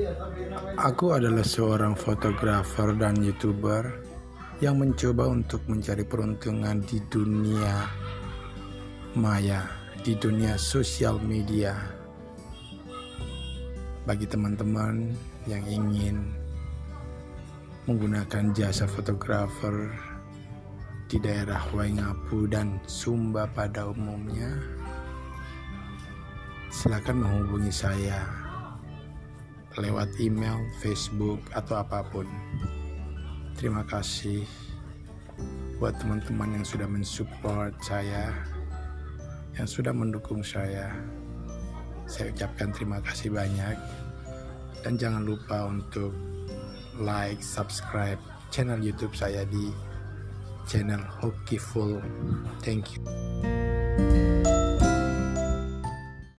Aku adalah seorang fotografer dan YouTuber yang mencoba untuk mencari peruntungan di dunia maya, di dunia sosial media. Bagi teman-teman yang ingin menggunakan jasa fotografer di daerah Waingapu dan Sumba pada umumnya, silakan menghubungi saya lewat email, Facebook, atau apapun. Terima kasih buat teman-teman yang sudah mensupport saya, yang sudah mendukung saya. Saya ucapkan terima kasih banyak. Dan jangan lupa untuk like, subscribe channel YouTube saya di channel Hockeyful. Thank you.